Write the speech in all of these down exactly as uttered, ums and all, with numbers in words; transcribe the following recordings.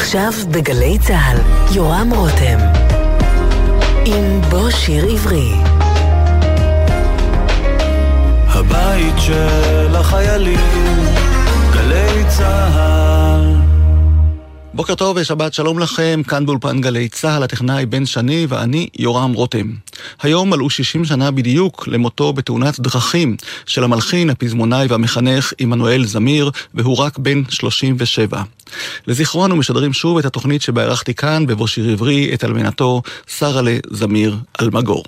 עכשיו בגלי צהל, יורם רותם עם בו שיר עברי. הבית של החיילים, גלי צהל. בוקר טוב ושבת שלום לכם, כאן באולפן גלי צהל, הטכנאי בן שני ואני יורם רותם. היום מלאו שישים שנה בדיוק למותו בתאונת דרכים של המלחין, הפזמונאי והמחנך עמנואל זמיר, והוא רק בן שלושים ושבע. לזכרו אנו משדרים שוב את התוכנית שבערכתי כאן בבו שיר עברי, את אלמנתו שרה'לה זמיר אלמגור.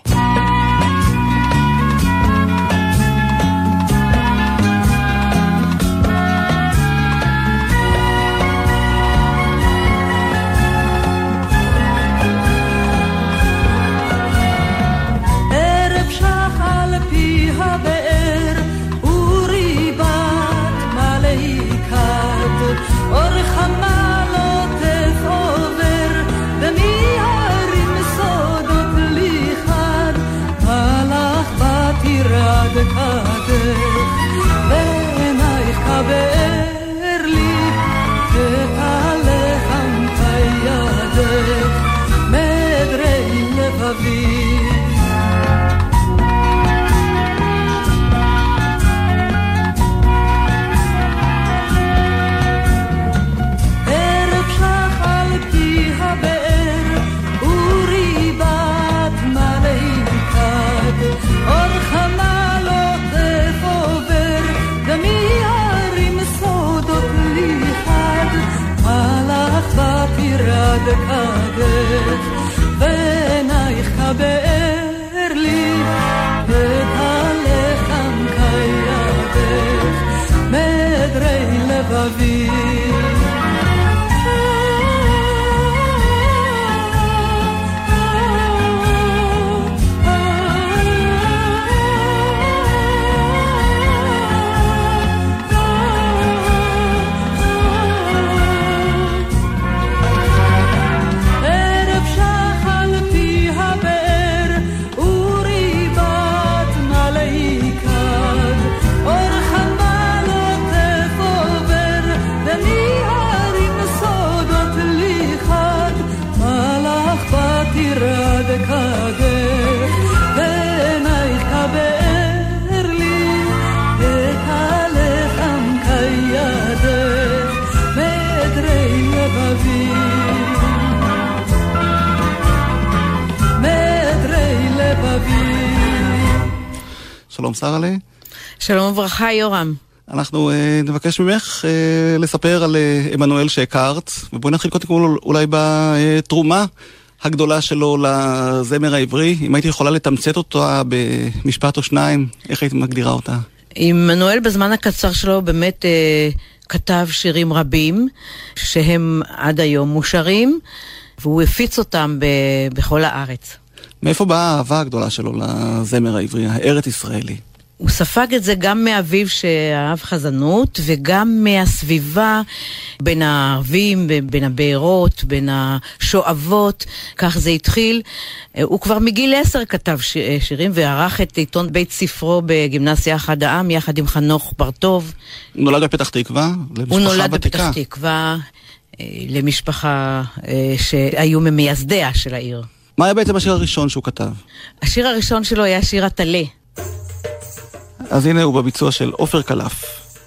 שלום שרה'לה. שלום וברכה יורם. אנחנו אה, נבקש ממך אה, לספר על אה, עמנואל שהכרת, ובואי נתחיל קודם כל אולי בתרומה הגדולה שלו לזמר העברי. אם הייתי יכולה לתמצת אותה במשפט או שניים, איך היית מגדירה אותה? עמנואל בזמן הקצר שלו באמת אה, כתב שירים רבים, שהם עד היום מושרים, והוא הפיץ אותם ב- בכל הארץ. מאיפה באה האהבה הגדולה שלו לזמר העברי, הארץ ישראלי? הוא ספג את זה גם מאביו שאהב חזנות, וגם מהסביבה בין הערבים, בין הבארות, בין השואבות, כך זה התחיל. הוא כבר מגיל עשר כתב שירים, וערך את עיתון בית ספרו בגימנסיה אחד העם, יחד עם חנוך ברטוב. הוא נולד בפתח תקווה, למשפחה הוא נולד ותיקה. בפתח תקווה, למשפחה שהיו ממייסדיה של העיר. מה היה בעצם השיר הראשון שהוא כתב? השיר הראשון שלו היה שיר התלה. אז הנה הוא בביצוע של עופר קלף.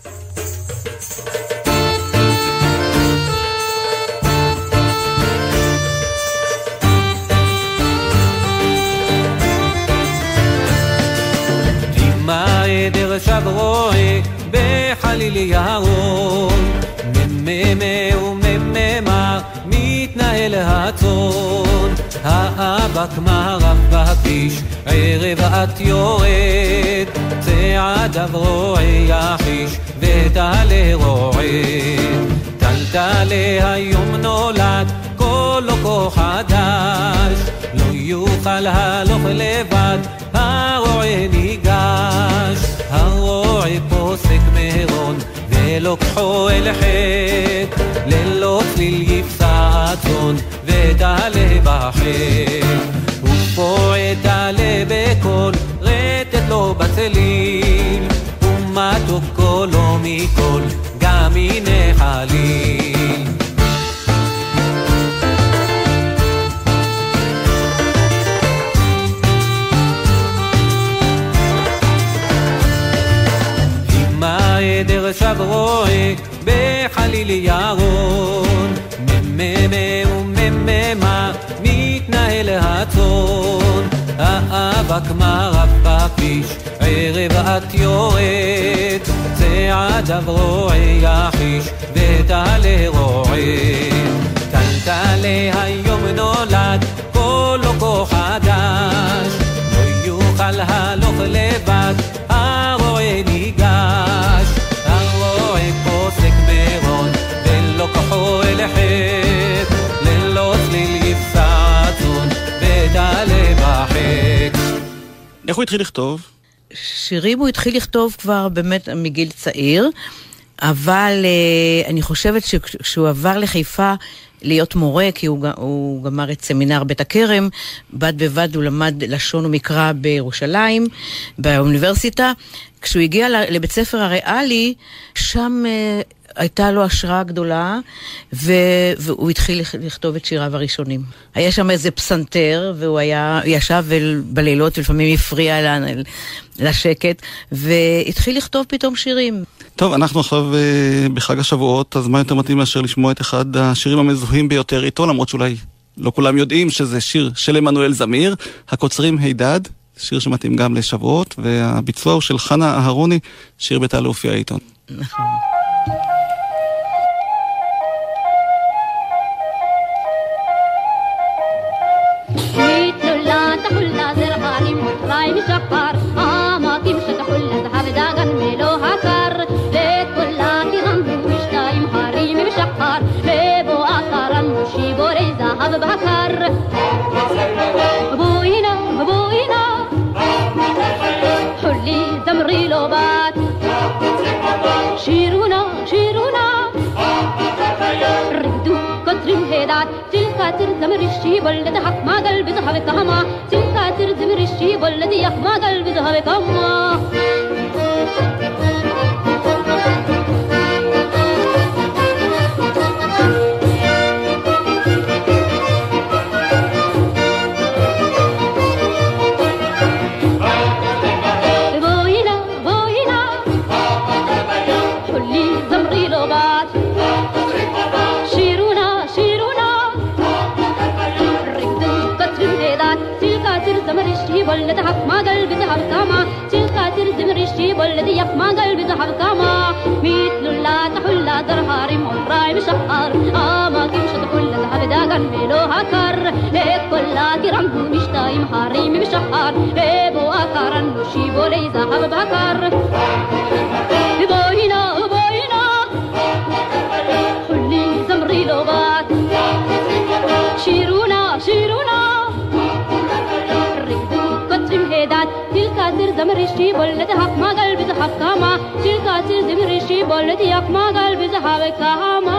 תימה עדר שברועה בחליל ירון, מממה ומממה מתנהל הצון, האבק מערב בכביש, ערב את יורד, צעדיו רועה יחיש ותעלה רועד. טלטלה היום נולד קולו כה חדש, לא יוכל הלוך לבד, הרועה ניגש. הרועה פוסק מרון ולוקחו אל חק, ללא צליל יפסע הצאן ותעלה בחק. ופועד תעלה בקול רטט לו בצליל, ומתוק קולו מכל גם הנה חליל. דרשב רואה בחליל ירון מממה ומממה מתנהל הצון האבק מרף בכביש ערב את יורד צעדיו רועה יחיש ותעלה רועד טלטלה היום נולד קולו כה חדש לא יוכל הלוך לבד הרועה ניגש הרועה פוסק ברון ולא כוחו אל החק ללא צליל יפסע עצון ותעלה בחק. איך הוא התחיל לכתוב? שירים הוא התחיל לכתוב כבר באמת מגיל צעיר, אבל אני חושבת שכשהוא עבר לחיפה להיות מורה, כי הוא, הוא גמר את סמינר בית הכרם, בד בבד הוא למד לשון ומקרא בירושלים, באוניברסיטה. כשהוא הגיע לבית ספר הריאלי, שם הייתה לו השראה גדולה, והוא התחיל לכתוב את שיריו הראשונים. היה שם איזה פסנתר, והוא היה, ישב בלילות, ולפעמים הפריע לשקט, והתחיל לכתוב פתאום שירים. טוב, אנחנו עכשיו בחג השבועות, אז מה יותר מתאים מאשר לשמוע את אחד השירים המזוהים ביותר איתו, למרות שאולי לא כולם יודעים שזה שיר של עמנואל זמיר, הקוצרים הידד, שיר שמתאים גם לשבועות, והביצוע הוא של חנה אהרוני, שיר ביתה להופיע העיתון. נכון. راي مسكر آماكي مشتحول ذهب داغن ملو هكر ليت كلاكي غنبو مشتايم حريم مشقر ليبو أثرا مشي بوري ذهب بهكر بوينا بوينا حلي زمري لوبات شيرونا شيرونا ردو كترم هدات تلكاتر زمرشي بلد حق ما قلب ذهب كهما تلكاتر زمرشي بلد يخ ما قلب ذهب كهما بوينا بوينا حلي زمري لوبات شيرونا شيرونا رقدو كترم هدات تلكاتر زمرشي بلد حق ما قلب ذهب كهما تلكاتر زمرشي بلد يخ ما قلب ذهب كهما مثل لا تحل درهارم عمراي مشقر آماكي مشتحول ذهب داغن ملو هكر ليك كلاكي رمبو مشتايم حريم مشقر ليبو أكرن نشيبو لي ذهب بهكر بوينا بوينا حلي زمري لوبات شيرونا شيرونا رقدو كترم هدات تلكاتر زمرشي بلد حق ما قلب ذهب كهما تلكاتر زمرشي بلد يخ ما قلب ذهب كهما.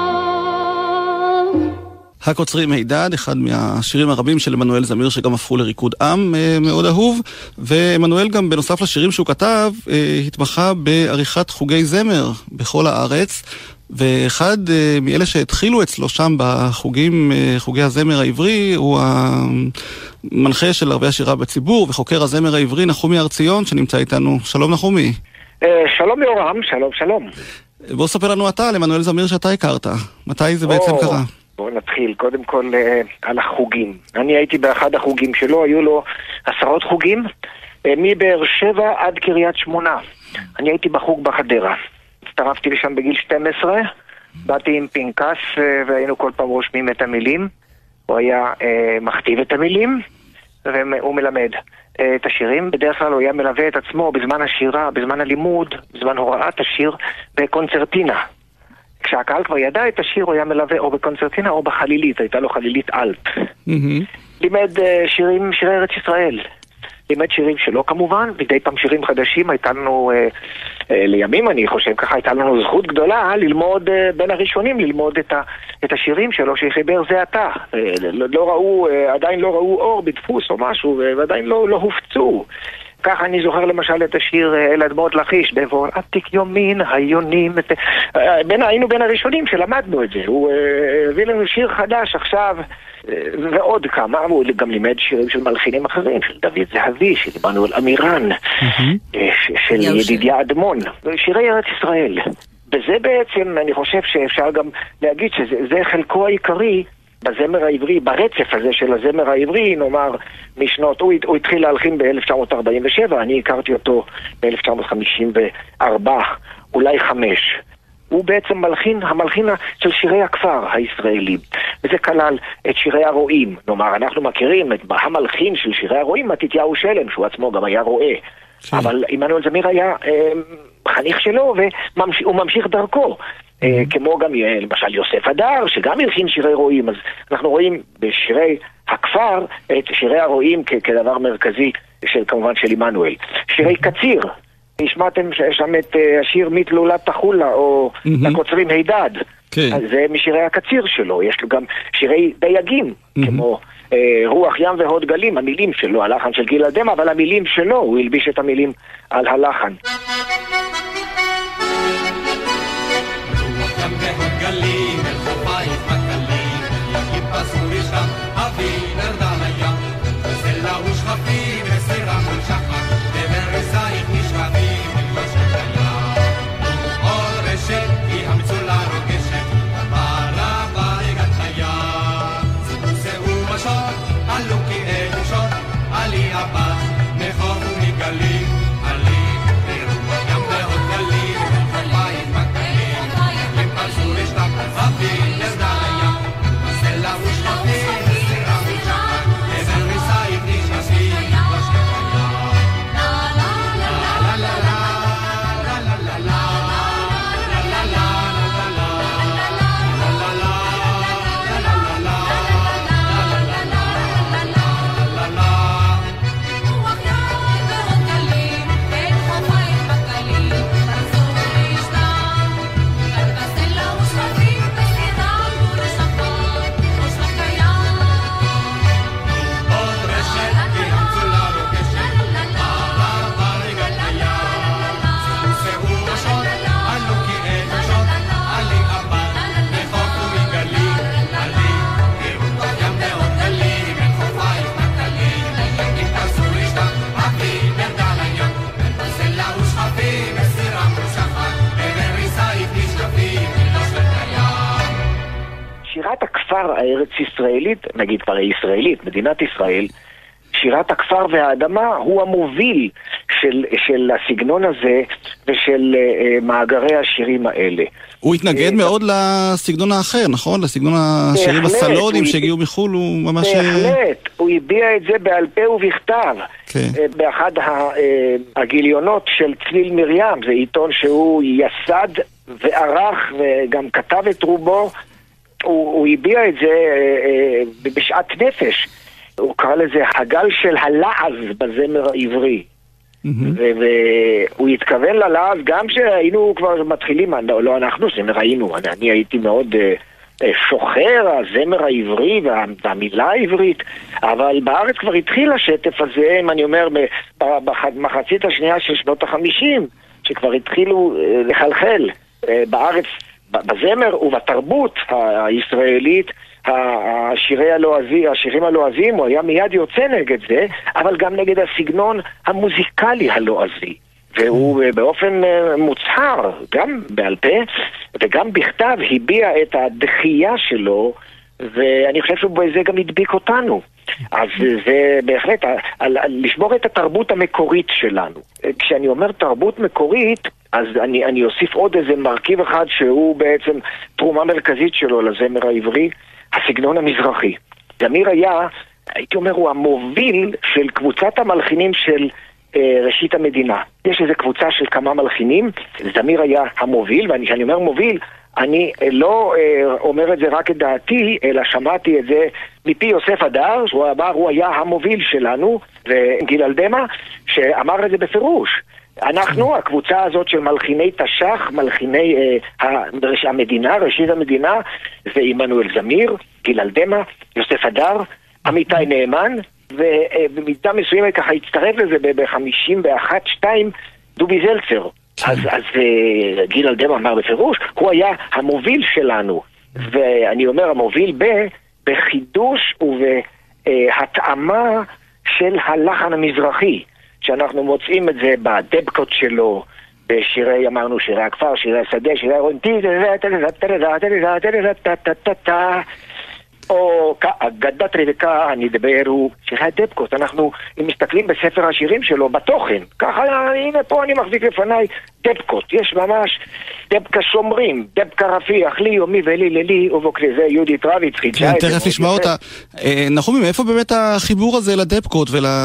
הקוצרים הידד, אחד מהשירים הרבים של עמנואל זמיר שגם הפכו לריקוד עם מאוד אהוב, ועמנואל גם בנוסף לשירים שהוא כתב התמחה בעריכת חוגי זמר בכל הארץ, ואחד מאלה שהתחילו אצלו שם בחוגים, חוגי הזמר העברי, הוא המנחה של ערבי השירה בציבור וחוקר הזמר העברי נחומי ארציון שנמצא איתנו. שלום נחומי. שלום יורם, שלום שלום. בוא ספר לנו אתה על עמנואל זמיר שאתה הכרת, מתי זה בעצם קרה? בואו נתחיל קודם כל על החוגים. אני הייתי באחד החוגים שלו, היו לו עשרות חוגים מבאר שבע עד קריית שמונה. אני הייתי בחוג בחדרה, הצטרפתי לשם בגיל שתים עשרה, באתי עם פנקס והיינו כל פעם רושמים את המילים. הוא היה אה, מכתיב את המילים והוא מלמד אה, את השירים. בדרך כלל הוא היה מלווה את עצמו בזמן השירה, בזמן הלימוד, בזמן הוראת השיר בקונצרטינה. כשהקהל כבר ידע את השיר הוא היה מלווה או בקונצרטינה או בחלילית, הייתה לו חלילית אלט. Mm-hmm. לימד אה, שירים, שירי ארץ ישראל. לימד שירים שלו כמובן, מדי פעם שירים חדשים. הייתה לנו, אה, אה, לימים אני חושב ככה, הייתה לנו זכות גדולה ללמוד, אה, בין הראשונים ללמוד את, ה, את השירים שלו שחיבר זה עתה. אה, לא, לא ראו, אה, עדיין לא ראו אור בדפוס או משהו, אה, ועדיין לא, לא הופצו. ככה אני זוכר למשל את השיר אל אדמות לכיש, בבוא עתיק יומין היונים. את... בין, היינו בין הראשונים שלמדנו את זה. הוא הביא לנו שיר חדש עכשיו, ועוד כמה, הוא גם לימד שירים של מלחינים אחרים, של דוד זהבי, של עמנואל אמירן, של ידידיה אדמון, שירי ארץ ישראל. וזה בעצם, אני חושב שאפשר גם להגיד שזה חלקו העיקרי בזמר העברי, ברצף הזה של הזמר העברי, נאמר, משנות, הוא, הוא התחיל להלחין ב-אלף תשע מאות ארבעים ושבע, אני הכרתי אותו ב-אלף תשע מאות חמישים וארבע, אולי חמש. הוא בעצם מלחין, המלחין של שירי הכפר הישראלים, וזה כלל את שירי הרועים. נאמר, אנחנו מכירים את המלחין של שירי הרועים, מתתיהו שלם, שהוא עצמו גם היה רועה. כן. אבל עמנואל זמיר היה אה, חניך שלו, והוא ממשיך דרכו. אה, כמו גם למשל יוסף הדר, שגם הלחין שירי רועים. אז אנחנו רואים בשירי הכפר את שירי הרועים כ- כדבר מרכזי, של, כמובן של עמנואל. שירי קציר, השמעתם שם את השיר מתלולת תחולה, או לקוצרים הידד. אז זה משירי הקציר שלו. יש לו גם שירי דייגים, כמו רוח ים והוד גלים, המילים שלו, הלחן של גיל אדמה, אבל המילים שלו, הוא הלביש את המילים על הלחן. רוח ים והוד גלים, אל חופייך מקלים, יקים פסור ישתם, אבי נרדה לים, וסלע ושכפים, וסירה מול שחק, וברסייך נשכבים, ולא שקיים. אור רשת, היא המצולה רוגשת, אמרה ברגת חיה. זיבוסהו משות, עלו כי אדושות, עלי הבא, מחור ומגלים, עלי, ברוח ים ועוד גלים, וחופייך מקלים, יקים פסור ישתם, אבי נרדה לים, וסלע ושכפים, וסירה מול שחק, וברסייך נשכבים, ולא שקיים. שירת הכפר הארץ ישראלית, נגיד כבר הישראלית, מדינת ישראל, שירת הכפר והאדמה הוא המוביל של, של הסגנון הזה ושל uh, מאגרי השירים האלה. הוא התנגד מאוד לסגנון האחר, נכון? לסגנון השירים הסלונים שהגיעו מחול, הוא ממש... בהחלט, הוא הביע את זה בעל פה ובכתב. כן. באחד הגיליונות של צליל מרים, זה עיתון שהוא יסד וערך וגם כתב את רובו, הוא, הוא הביע את זה אה, אה, בשעת נפש. הוא קרא לזה הגל של הלעז בזמר העברי. Mm-hmm. והוא התכוון ללעז גם שהיינו כבר מתחילים, לא אנחנו, זמר היינו, אני, אני הייתי מאוד אה, אה, שוחר הזמר העברי וה, והמילה העברית, אבל בארץ כבר התחיל השטף הזה, אם אני אומר, במחצית השנייה של שנות החמישים, שכבר התחילו אה, לחלחל אה, בארץ, בזמר ובתרבות הישראלית, השירי הלועזי, השירים הלועזיים, הוא היה מיד יוצא נגד זה, אבל גם נגד הסגנון המוזיקלי הלועזי. והוא באופן מוצהר, גם בעל פה וגם בכתב, הביע את הדחייה שלו, ואני חושב שבזה גם הדביק אותנו. אז זה בהחלט, על, על, לשבור את התרבות המקורית שלנו. כשאני אומר תרבות מקורית, אז אני, אני אוסיף עוד איזה מרכיב אחד שהוא בעצם תרומה מרכזית שלו לזמר העברי, הסגנון המזרחי. זמיר היה, הייתי אומר, הוא המוביל של קבוצת המלחינים של אה, ראשית המדינה. יש איזו קבוצה של כמה מלחינים, זמיר היה המוביל, ואני שאני אומר מוביל, אני לא אה, אומר את זה רק את דעתי, אלא שמעתי את זה מפי יוסף הדר, שהוא אמר, הוא היה המוביל שלנו, וגיל אלדמה, שאמר את זה בפירוש. אנחנו, הקבוצה הזאת של מלחיני תש"ח, מלחיני אה, המדינה, ראשית המדינה, זה עמנואל זמיר, גיל אלדמה, יוסף הדר, עמיתי נאמן, ובמידה מסוימת ככה הצטרף לזה ב-חמישים ואחת שתיים דובי זלצר. אז, אז uh, גיל אלדמה אמר בפירוש, הוא היה המוביל שלנו, ואני אומר המוביל ב, בחידוש ובהתאמה של הלחן המזרחי, שאנחנו מוצאים את זה בדבקות שלו, בשירי, אמרנו, שירי הכפר, שירי השדה, שירי הרונטי, או אגדת רבקה הנדברו, שירי הדבקות. אנחנו מסתכלים בספר השירים שלו בתוכן, ככה, הנה פה אני מחזיק לפניי דבקות, יש ממש דבקה שומרים, דבקה רפיח, לי יומי ולי לילי, ובוקלי זה יהודית רביץ, חידשי. תכף נשמע אותה. נחומי, מאיפה באמת החיבור הזה לדבקות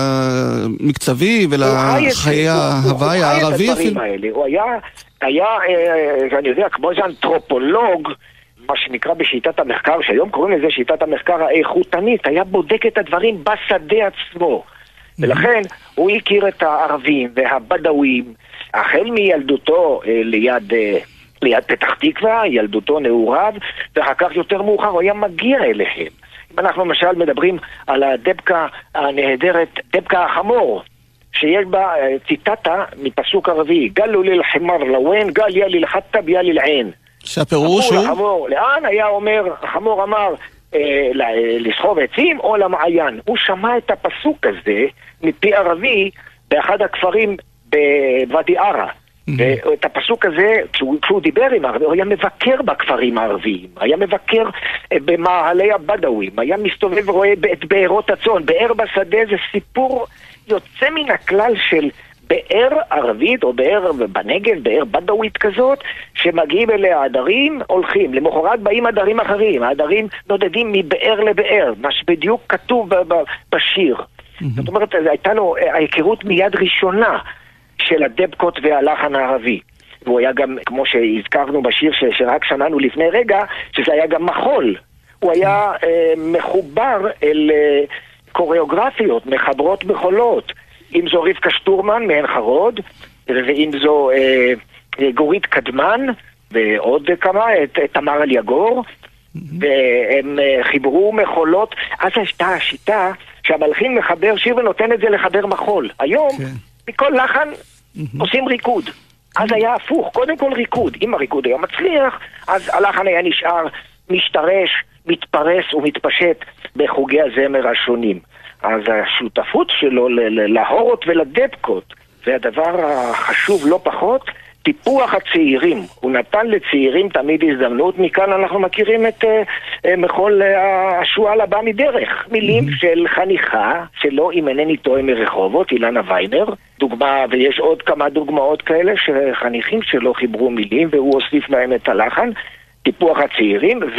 ולמקצבי ולחיי ההוואי הערבי? הוא היה, היה, אני יודע, כמו איזה אנתרופולוג, מה שנקרא בשיטת המחקר, שהיום קוראים לזה שיטת המחקר האיכותנית, היה בודק את הדברים בשדה עצמו. ולכן הוא הכיר את הערבים והבדווים, החל מילדותו ליד, ליד פתח תקווה, ילדותו נעוריו, ואחר כך יותר מאוחר הוא היה מגיע אליהם. אם אנחנו למשל מדברים על הדבקה הנהדרת, דבקה החמור, שיש בה ציטטה מפסוק ערבי, גלו ליל חמר לוין, גל ילי לחטב ילי לעין. שהפירוש הוא? לחמור, לאן היה אומר, החמור אמר אה, לסחוב עצים או למעיין. הוא שמע את הפסוק הזה מפי ערבי באחד הכפרים בוואדי ערה. ואת הפסוק הזה, כשהוא, כשהוא דיבר עם הערבי, הוא היה מבקר בכפרים הערביים, היה מבקר אה, במאהלי הבדווים, היה מסתובב ורואה את בארות הצאן. באר בשדה זה סיפור יוצא מן הכלל של באר ערבית או באר בנגב, באר בדווית כזאת, שמגיעים אליה העדרים, הולכים. למחרת באים עדרים אחרים, העדרים נודדים מבאר לבאר, מה שבדיוק כתוב בשיר. זאת אומרת, הייתה לו ההיכרות מיד ראשונה של הדבקות והלחן הערבי. והוא היה גם, כמו שהזכרנו בשיר שרק שמענו לפני רגע, שזה היה גם מחול. הוא היה אה, מחובר אל אה, קוריאוגרפיות, מחברות מחולות. אם זו רבקה שטורמן מעין חרוד, ואם זו אה, גורית קדמן, ועוד כמה, את, את תמר על יגור, mm-hmm. והם אה, חיברו מחולות. אז הייתה השיטה שהמלחין מחבר שיר ונותן את זה לחבר מחול. היום, okay. מכל לחן mm-hmm. עושים ריקוד. Mm-hmm. אז היה הפוך, קודם כל ריקוד. אם הריקוד היה מצליח, אז הלחן היה נשאר משתרש, מתפרס ומתפשט בחוגי הזמר השונים. אז השותפות שלו להורות ולדבקות, זה הדבר החשוב לא פחות, טיפוח הצעירים. הוא נתן לצעירים תמיד הזדמנות, מכאן אנחנו מכירים את uh, מחול uh, השועל הבא מדרך. מילים mm-hmm. של חניכה, שלא אם אינני טועה מרחובות, אילנה ויינר, דוגמה, ויש עוד כמה דוגמאות כאלה שחניכים שלו חיברו מילים, והוא הוסיף להם את הלחן, טיפוח הצעירים, ו...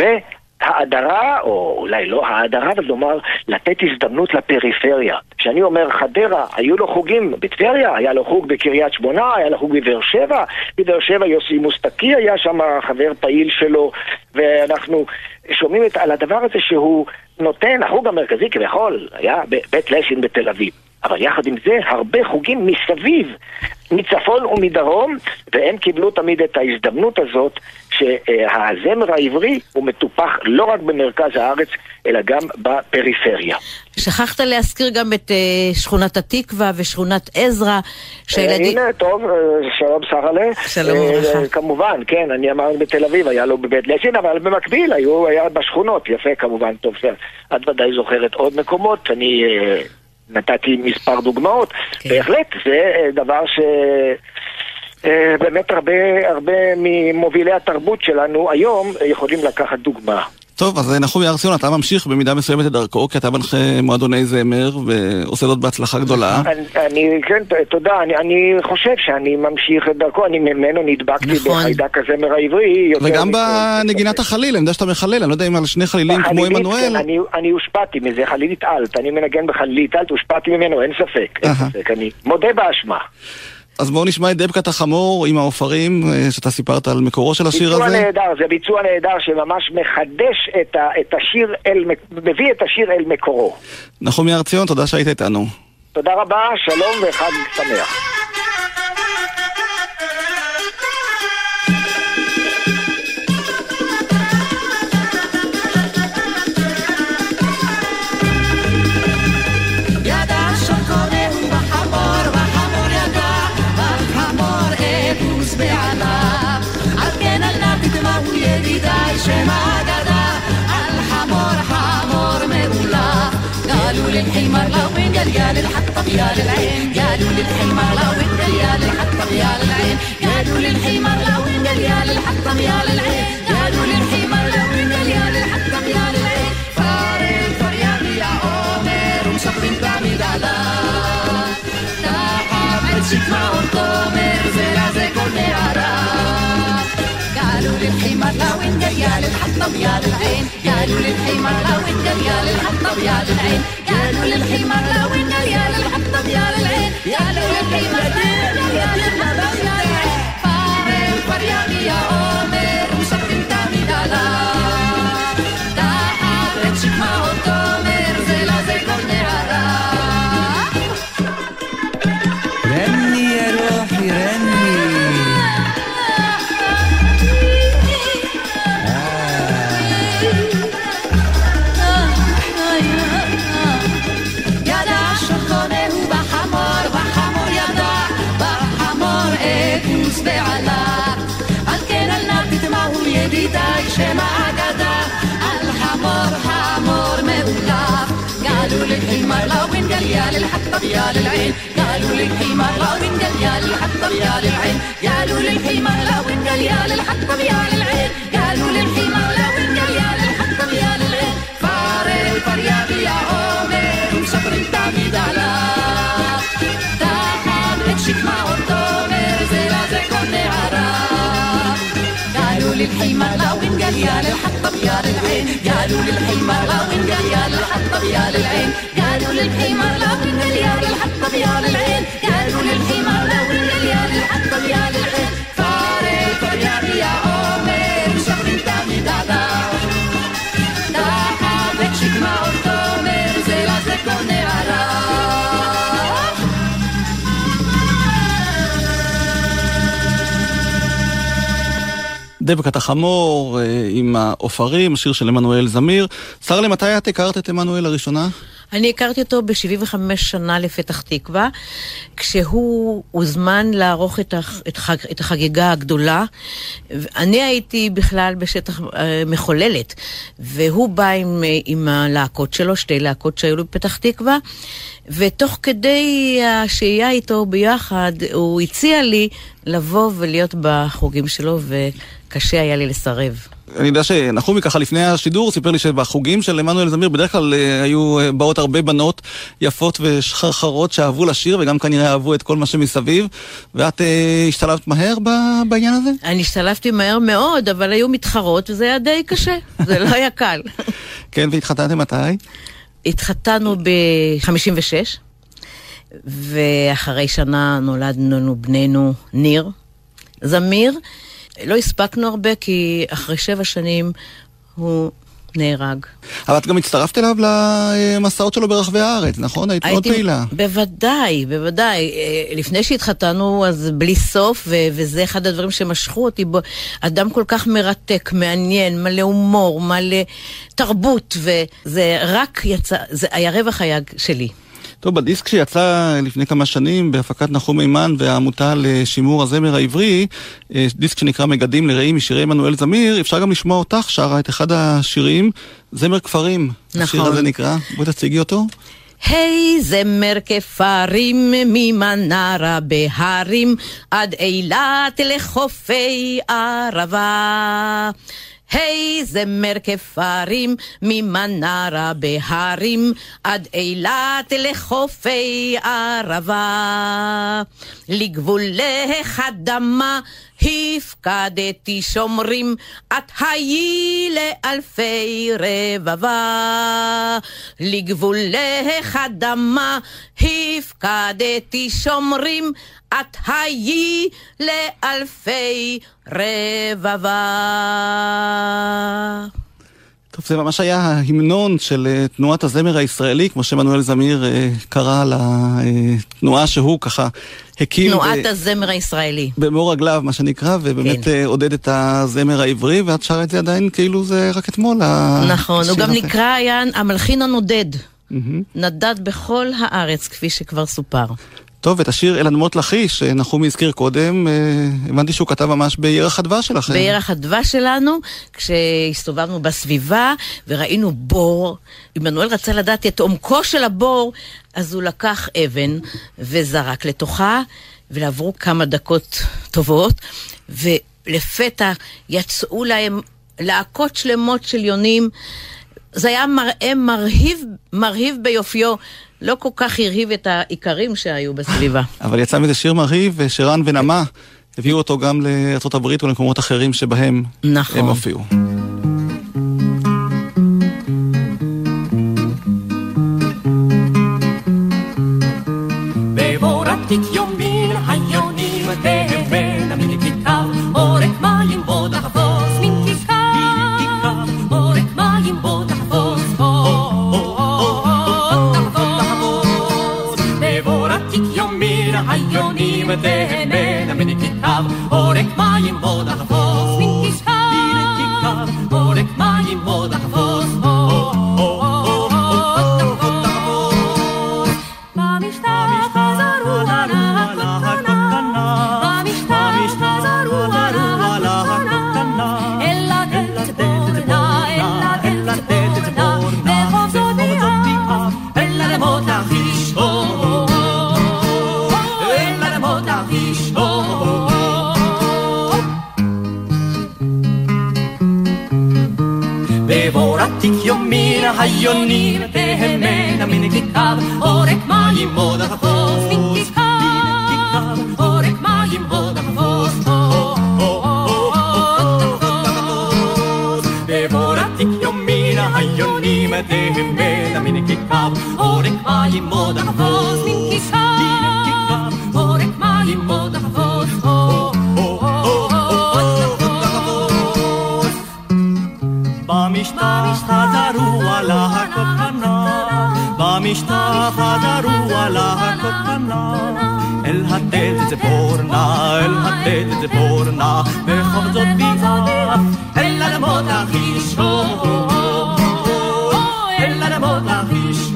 האדרה, או אולי לא האדרה, אבל לומר, לתת הזדמנות לפריפריה. כשאני אומר חדרה, היו לו חוגים בטבריה, היה לו חוג בקריית שמונה, היה לו חוג בבאר שבע, בבאר שבע יוסי מוסטקי היה שם חבר פעיל שלו, ואנחנו שומעים את, על הדבר הזה שהוא נותן, החוג המרכזי כביכול, היה בבית לשין בתל אביב. אבל יחד עם זה, הרבה חוגים מסביב, מצפון ומדרום, והם קיבלו תמיד את ההזדמנות הזאת שהזמר העברי הוא מטופח לא רק במרכז הארץ, אלא גם בפריפריה. שכחת להזכיר גם את שכונת התקווה ושכונת עזרא, שהילדים... הנה, טוב, שלום סחלה. שלום וברכה. כמובן, כן, אני אמרתי בתל אביב, היה לו בבית לשין, אבל במקביל היו, היה בשכונות, יפה כמובן, טוב, את ודאי זוכרת עוד מקומות, אני... נתתי מספר דוגמאות, okay. בהחלט זה דבר שבאמת הרבה, הרבה ממובילי התרבות שלנו היום יכולים לקחת דוגמה. טוב, אז נחומי הרציון, אתה ממשיך במידה מסוימת את דרכו, כי אתה מנחה מועדוני זמר ועושה זאת בהצלחה גדולה. אני, אני כן, תודה, אני, אני חושב שאני ממשיך את דרכו, אני ממנו נדבקתי נכון. בחיידק הזמר העברי. וגם בנגינת החליל, אני יודע שאתה מחלל, אני לא יודע אם על שני חלילים כמו עמנואל. כן, אני, אני הושפעתי מזה, חלילית אלט, אני מנגן בחלילית אלט, הושפעתי ממנו, אין ספק, אין ספק, אני מודה באשמה. אז בואו נשמע את דבקת החמור עם העופרים, שאתה סיפרת על מקורו של השיר הזה. ביצוע נהדר, זה ביצוע נהדר שממש מחדש את, ה, את השיר, אל, מביא את השיר אל מקורו. נחומי הרציון, תודה שהיית איתנו. תודה רבה, שלום וחג שמח. ידידיי שמגדה על חמור חמור للحمار لو وين قال يا للحطب يا للعين قالوا للحمار لو وين قال يا للحطب يا للعين قالوا للحمار لو وين قال يا للحطب يا للعين قالوا للحمار لو وين قال يا للحطب يا للعين فارل فريابي يا عمر ومسافرين بعميد على تحب تشكما وطمر زي زي كل نهارا قالوا للحمار لو وين قال يا للحطب يا للعين قالوا للحمار لو وين قال يا للحطب يا للعين قالوا للحمار لو وين قال يا للحطب يا للعين قالوا للحمار لو وين قال يا للحطب يا للعين فارل فريابي يا عمر ومسافرين بعميد على تحب تشكما وطمر زي زي كل نهارا رني يا روحي رني ידע שחונהו בחמור, בחמור ידע, בחמור אגוס ועלה. על כן אל נא תטמעו ידידיי שמע אגדה, על חמור חמור מאולף. قالوا للحمار لو وين قال يا للحطب يا للعين قالوا للحمار لو وين قال يا للحطب يا للعين قالوا للحمار لو وين قال يا للحطب يا للعين قالوا للحمار لو وين قال يا للحطب يا للعين فارل فريابي يا عمر ومسافرين بعميد على تحب تشكما وطمر زي زي كل نهارا قالوا للحمار لو وين قال يا للحطب يا للعين قالوا للحمار لو وين قال يا للحطب يا للعين قالوا للحمار لو وين قال يا للحطب يا للعين قالوا للحمار لو وين قال يا للحطب يا للعين فارل فريابي يا عمر مسافرين بعميد على تحب تشكما وطمر زي زي كل نهارا דבקת החמור עם האופרים, שיר של עמנואל זמיר. שר לי, מתי את הכרת את עמנואל הראשונה? אני הכרתי אותו ב-שבעים וחמש שנה לפתח תקווה, כשהוא הוזמן לערוך את, הח, את, חג, את החגיגה הגדולה. אני הייתי בכלל בשטח אה, מחוללת, והוא בא עם, עם הלהקות שלו, שתי להקות שהיו לו בפתח תקווה, ותוך כדי השהייה איתו ביחד, הוא הציע לי לבוא ולהיות בחוגים שלו, וקשה היה לי לסרב. אני יודע שנחומי ככה לפני השידור סיפר לי שבחוגים של עמנואל זמיר בדרך כלל היו באות הרבה בנות יפות ושחרחרות שאהבו לשיר וגם כנראה אהבו את כל מה שמסביב. ואת השתלבת מהר בעניין הזה? אני השתלבתי מהר מאוד, אבל היו מתחרות וזה היה די קשה, זה לא היה קל. כן, והתחתנתם מתי? התחתנו ב-חמישים ושש, ואחרי שנה נולדנו בנינו ניר זמיר. לא הספקנו הרבה, כי אחרי שבע שנים הוא נהרג. אבל את גם הצטרפת אליו למסעות שלו ברחבי הארץ, נכון? היית מאוד פעילה. בוודאי, בוודאי. לפני שהתחתנו, אז בלי סוף, ו- וזה אחד הדברים שמשכו אותי בו. אדם כל כך מרתק, מעניין, מלא הומור, מלא תרבות, וזה רק יצא, זה היה רווח היג שלי. טוב, בדיסק שיצא לפני כמה שנים בהפקת נחום מימן והעמותה לשימור הזמר העברי, דיסק שנקרא מגדים לרעים משירי עמנואל זמיר, אפשר גם לשמוע אותך שרה את אחד השירים, זמר כפרים. נכון. השיר הזה נקרא, בואי תציגי אותו. היי זמר כפרים ממנרה בהרים עד אילת לחופי ערבה. היי זמר כפרים ממנרה בהרים עד אילת לחופי ערבה. לגבולי אדמה הפקדתי שומרים, את היי לאלפי רבבה. לגבולי אדמה הפקדתי שומרים, את היי לאלפי רבבה. טוב, זה ממש היה ההמנון של תנועת הזמר הישראלי, כמו שעמנואל זמיר קרא לתנועה שהוא ככה הקים. תנועת ב... הזמר הישראלי. במור רגליו, מה שנקרא, ובאמת כן. עודד את הזמר העברי, ואת שרה את זה עדיין כאילו זה רק אתמול. נכון, הוא גם הזה. נקרא היה המלחין הנודד. Mm-hmm. נדד בכל הארץ, כפי שכבר סופר. טוב, את השיר אל אדמות לכיש, נחומי הזכיר קודם, הבנתי שהוא כתב ממש בירח הדבש שלכם. בירח הדבש שלנו, כשהסתובבנו בסביבה וראינו בור, עמנואל רצה לדעת את עומקו של הבור, אז הוא לקח אבן וזרק לתוכה, ולעברו כמה דקות טובות, ולפתע יצאו להם להקות שלמות של יונים. זה היה מראה מרהיב, מרהיב ביופיו, לא כל כך הרהיב את העיקרים שהיו בסביבה. אבל יצא מזה שיר מרהיב, ושרן ונמה הביאו אותו גם לארצות הברית ולמקומות אחרים שבהם נכון. הם הופיעו. בבורתיק יומין היונים תהבן מן כיכר עורק מים בו תחפוש מן כיכר עורק מים בו תחפוש בבורתיק יומין היונים תהבן מן כיכר עורק מים בו תחפוש מן כיכר עורק מים בו תחפוש בבורתיק יומין היונים תהמנה מן כיכר עורק מים בו תחפוש מן כיכר עורק מים בו תחפוש בבורתיק יומין היונים תהמנה מן כיכר עורק מים בו תחפוש מן כיכר עורק מים בו תחפוש במשטח חזרו על להקות קטנה במשטח חזרו על להקות קטנה אל התת ציפורנה אל התת ציפורנה בחובצות ביעף אל אדמות לכיש אל אדמות לכיש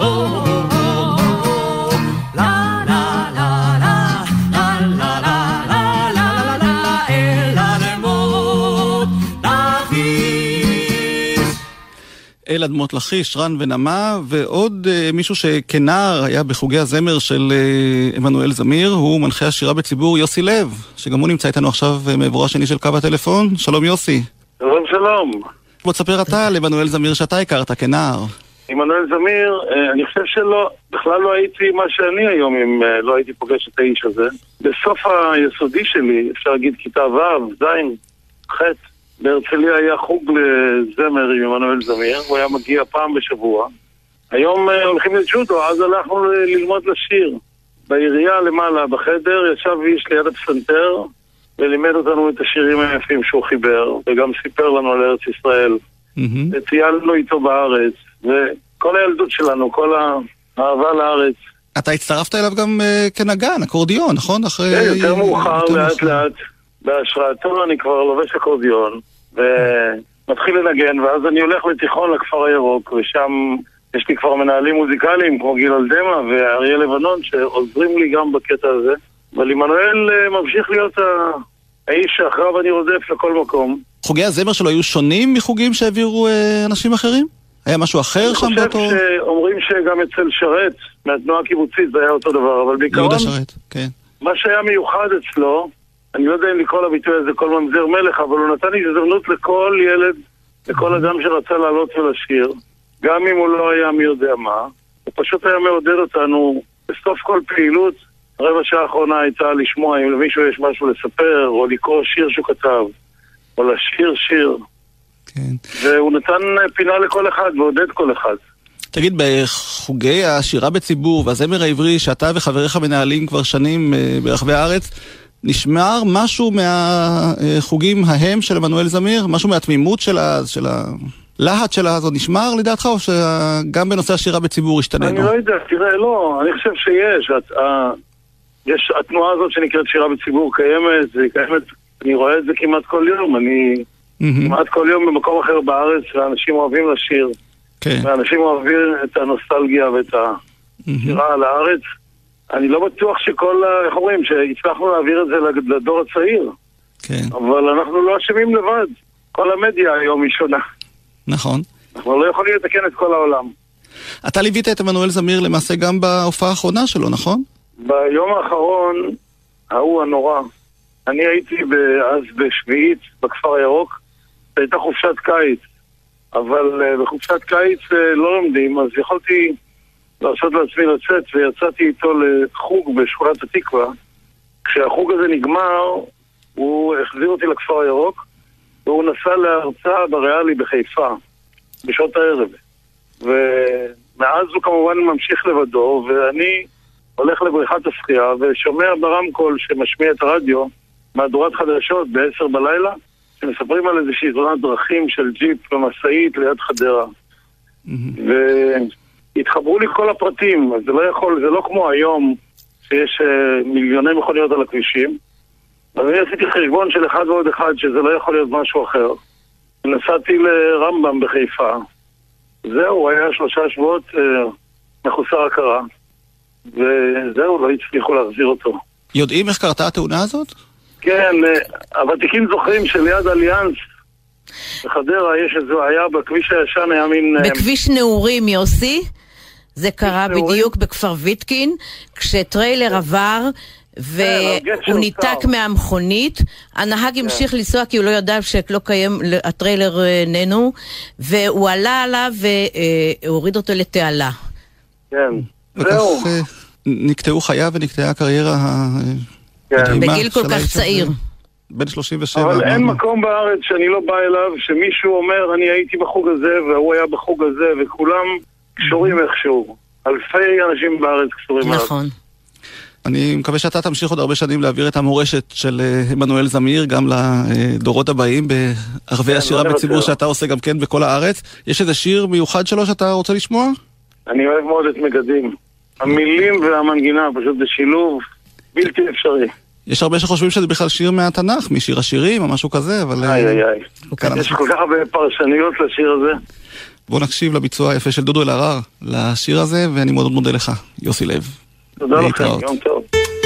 אל אדמות לכיש, רן ונמה, ועוד uh, מישהו שכנער היה בחוגי הזמר של uh, עמנואל זמיר, הוא מנחה השירה בציבור יוסי לב, שגם הוא נמצא איתנו עכשיו uh, מעברו השני של קו הטלפון. שלום יוסי. שלום שלום. בוא תספר אתה על עמנואל זמיר שאתה הכרת כנער. עמנואל זמיר, uh, אני חושב שלא, בכלל לא הייתי מה שאני היום אם uh, לא הייתי פוגש את האיש הזה. בסוף היסודי שלי, אפשר להגיד כיתה ו', ז', ח', בהרצליה היה חוג לזמר עם עמנואל זמיר, הוא היה מגיע פעם בשבוע. היום uh, הולכים לג'ודו, אז הלכנו ל- ללמוד לשיר. בעירייה למעלה, בחדר, ישב איש ליד הפסנתר, ולימד אותנו את השירים היפים שהוא חיבר, וגם סיפר לנו על ארץ ישראל. Mm-hmm. וטיילנו איתו בארץ, וכל הילדות שלנו, כל האהבה לארץ. אתה הצטרפת אליו גם uh, כנגן, אקורדיון, נכון? אחרי... כן, יותר מאוחר, לאט לאט. בהשראתו אני כבר לובש אקורדיון ומתחיל לנגן, ואז אני הולך לתיכון לכפר הירוק, ושם יש לי כבר מנהלים מוזיקליים כמו גיל אלדמה ואריה לבנון שעוזרים לי גם בקטע הזה. אבל עמנואל ממשיך להיות האיש שאחריו אני רודף לכל מקום. חוגי הזמר שלו היו שונים מחוגים שהעבירו אנשים אחרים? היה משהו אחר שם באותו? אני חושב שאומרים שגם אצל שרת מהתנועה הקיבוצית זה היה אותו דבר, אבל בעיקרון יהודה שרת, כן. מה שהיה מיוחד אצלו, אני לא יודע אם לקרוא לביטוי הזה כל ממזר מלך, אבל הוא נתן הזדמנות לכל ילד, לכל אדם שרצה לעלות ולשיר, גם אם הוא לא היה מי יודע מה. הוא פשוט היה מעודד אותנו בסוף כל פעילות. רבע שעה האחרונה הייתה לשמוע אם למישהו יש משהו לספר, או לקרוא שיר שהוא כתב, או לשיר שיר. כן. והוא נתן פינה לכל אחד, ועודד כל אחד. תגיד, בחוגי השירה בציבור והזמר העברי שאתה וחבריך מנהלים כבר שנים ברחבי הארץ, נשמר משהו מהחוגים ההם של עמנואל זמיר? משהו מהתמימות של הלהט שלה הזאת נשמר לדעתך, או שגם בנושא השירה בציבור השתננו? אני לא יודע, תראה, לא, אני חושב שיש. יש התנועה הזאת שנקראת שירה בציבור קיימת, והיא קיימת, אני רואה את זה כמעט כל יום, אני כמעט כל יום במקום אחר בארץ, ואנשים אוהבים לשיר, ואנשים אוהבים את הנוסטלגיה ואת השירה על הארץ. אני לא בטוח שכל, איך אומרים, שהצלחנו להעביר את זה לדור הצעיר. כן. אבל אנחנו לא אשמים לבד. כל המדיה היום היא שונה. נכון. אנחנו לא יכולים לתקן את כל העולם. אתה ליווית את עמנואל זמיר למעשה גם בהופעה האחרונה שלו, נכון? ביום האחרון, ההוא הנורא, אני הייתי אז בשביעית בכפר הירוק, הייתה חופשת קיץ, אבל בחופשת קיץ לא לומדים, אז יכולתי לעשות לעצמי לצאת, ויצאתי איתו לחוג בשכונת התקווה. כשהחוג הזה נגמר, הוא החזיר אותי לכפר הירוק, והוא נסע להרצאה בריאלי בחיפה, בשעות הערב. ומאז הוא כמובן ממשיך לבדו, ואני הולך לבריכת השחייה, ושומע ברמקול שמשמיע את הרדיו, מהדורת חדשות בעשר בלילה, שמספרים על איזושהי תאונת דרכים של ג'יפ ומשאית ליד חדרה. והתחברו לי כל הפרטים, אז זה לא יכול, זה לא כמו היום, שיש מיליוני מכוניות על הכבישים. אז אני עשיתי חשבון של אחד ועוד אחד, שזה לא יכול להיות משהו אחר. נסעתי לרמב"ם בחיפה. זהו, היה שלושה שבועות אה, מחוסר הכרה. וזהו, לא הצליחו להחזיר אותו. יודעים איך קרתה התאונה הזאת? כן, אה, הוותיקים זוכרים שליד אליאנס, בחדרה, יש איזו, היה בכביש הישן, היה מין... בכביש נעורים, יוסי, זה קרה בדיוק בכפר ויטקין, כשטריילר עבר... והוא ניתק מהמכונית, הנהג המשיך לנסוע כי הוא לא ידע שלא קיים, הטריילר איננו, והוא עלה עליו והוריד אותו לתעלה. כן, זהו. נקטעו חייו ונקטעה הקריירה המדהימה. בגיל כל כך צעיר. בן שלושים ושבע. אבל אין מקום בארץ שאני לא בא אליו, שמישהו אומר, אני הייתי בחוג הזה, והוא היה בחוג הזה, וכולם קשורים איכשהו. אלפי אנשים בארץ קשורים אליו. נכון. אני מקווה שאתה תמשיך עוד הרבה שנים להעביר את המורשת של עמנואל זמיר גם לדורות הבאים בערבי השירה בציבור שאתה עושה גם כן בכל הארץ. יש איזה שיר מיוחד שלו שאתה רוצה לשמוע? אני אוהב מאוד את מגדים. המילים והמנגינה פשוט בשילוב בלתי אפשרי. יש הרבה שחושבים שזה בכלל שיר מהתנ"ך, משיר השירים או משהו כזה, אבל... איי איי איי. יש כל כך הרבה פרשניות לשיר הזה. בוא נקשיב לביצוע היפה של דודו אלהרר לשיר הזה, ואני מאוד מודה לך, יוסי לב. תודה לכם, יום טוב.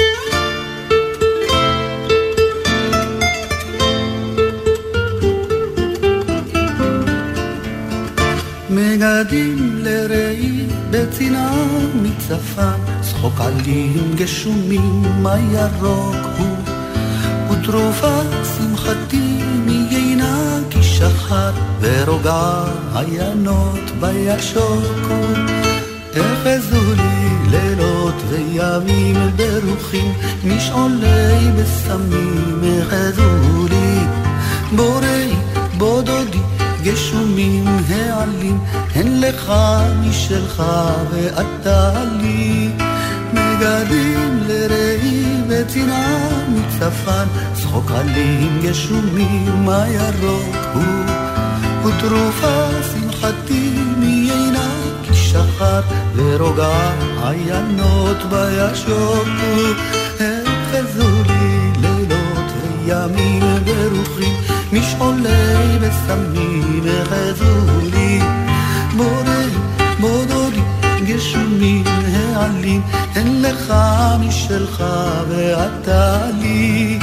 מגדים לראי בצינה מצפן, צחוק עלים גשומים מה ירוק הוא, ותרופה שמחתי מיינה כי שחר, ורוגע עיינות בישוקו. החזו לי לילות וימים ברוחים, משעולי בסמים החזו לי. בוראי בודודי גשומים העלים, הן לך משלך ואתה לי. מגדים לראי בצינה מצפן, צחוק עלים גשומים הירוק הוא, ותרופה שמחתי מיינה כי שחר, ורוגע עיינות בישוקו. החזו לי לילות וימים ברוחים, משעולי בסמים החזו לי. בוראי בודודי גשומים העלים, הן לך משלך ואתה לי.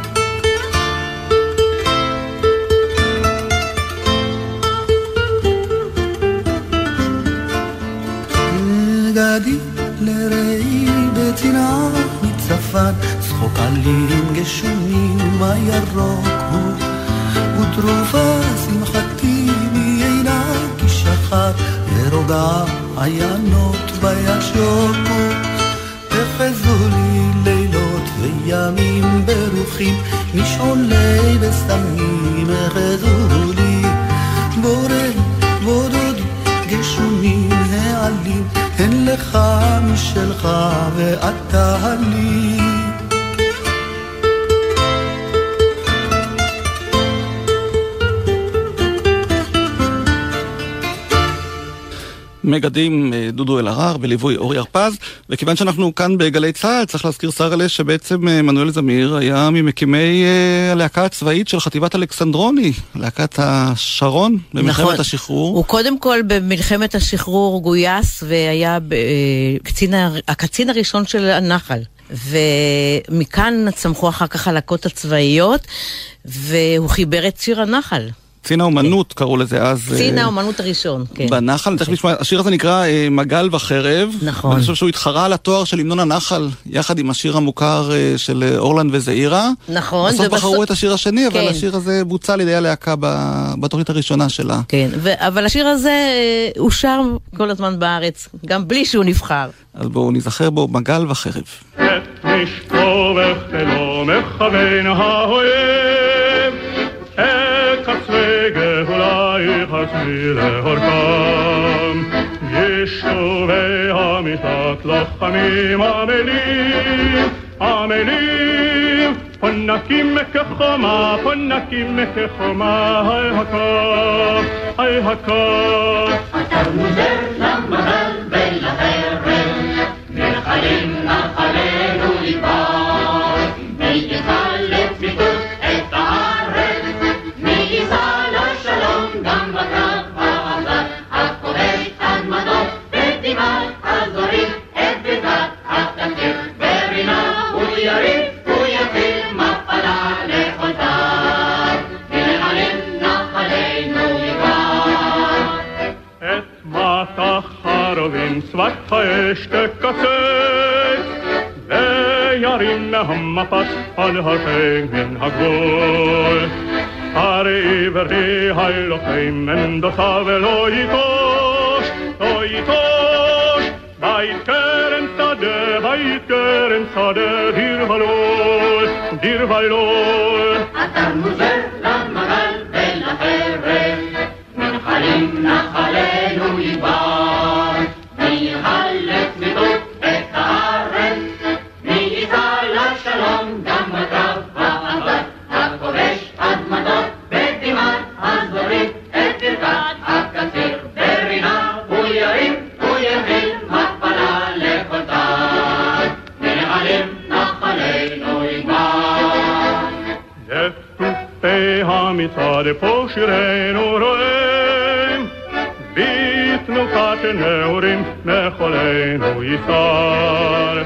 מגדים לראי בצינה מצפן, צחוק עלים גשומים הירוק הוא, ותרופה שמחתי מיינה כי שחר, ורוגע עיינות בישוקו. החזו לי לילות וימים ברוחים, משעולי בסמים החזו לי. בוראי בודודי גשומים העלים, הן לך משלך ואתה לי. מגדים דודו אלהרר בליווי אורי הרפז, וכיוון שאנחנו כאן בגלי צה"ל, צריך להזכיר סרלה שבעצם מנואל זמיר היה ממקימי הלהקה הצבאית של חטיבת אלכסנדרוני, להקת השרון במלחמת נכון. השחרור. הוא קודם כל במלחמת השחרור גויס והיה קצין, הקצין הראשון של הנחל. ומכאן צמחו אחר כך הלהקות הצבאיות, והוא חיבר את שיר הנחל. קצין האומנות קראו לזה אז. קצין האומנות הראשון, כן. בנחל, תכף נשמע, השיר הזה נקרא מגל וחרב. נכון. ואני חושב שהוא התחרה על התואר של המנון הנחל, יחד עם השיר המוכר של אורלן וזעירה. נכון. בסוף בחרו את השיר השני, אבל השיר הזה בוצע על ידי הלהקה בתוכנית הראשונה שלה. כן, אבל השיר הזה הוא שר כל הזמן בארץ, גם בלי שהוא נבחר. אז בואו נזכר בו, מגל וחרב. את משכו וחלו מכוון האויב, את קצווי גאולייך עצמי להורכם, ישובי המתת לוחמים עמלים, עמלים, פונקים כחומה, פונקים כחומה, על הקו, על הקו. אתה מוזר למגל ולחרב, נחלים נחלנו ליבר, מי יחל לצמיתות את הארץ, מי יישא לשלום גם בקרב האחד, הכובש אדמתו בדמעת הזורית את ברכת התקציר, ברינה הוא יריב, הוא יתחיל מפלה לחולתיו, ונחלים נחלנו ליבר. את מטח הרובים צוות האש תקצץ, וירים מהמפץ על הרחק מן הגבול. הרי עברי הלוחם עמדותיו ולא ייטוש, לא ייטוש. בית קרן שדה, בית קרן שדה, דיר ולול, דיר ולול. אתה מוזר למגל ולחרב, מנחלים נחלנו יגבר, מי יחל לצמיתות את הארץ, מי יישא לשלום גם בקרב האחד, הכובש אדמתו בדמעת הזורית את ברכת הקציר, ברינה הוא ירים, הוא יחיל מפלה לחולתיו, ונחלים נחלנו יגבר. יפי המצעד פה שירנו רואים, בתנופת נעורים מחולנו יסר,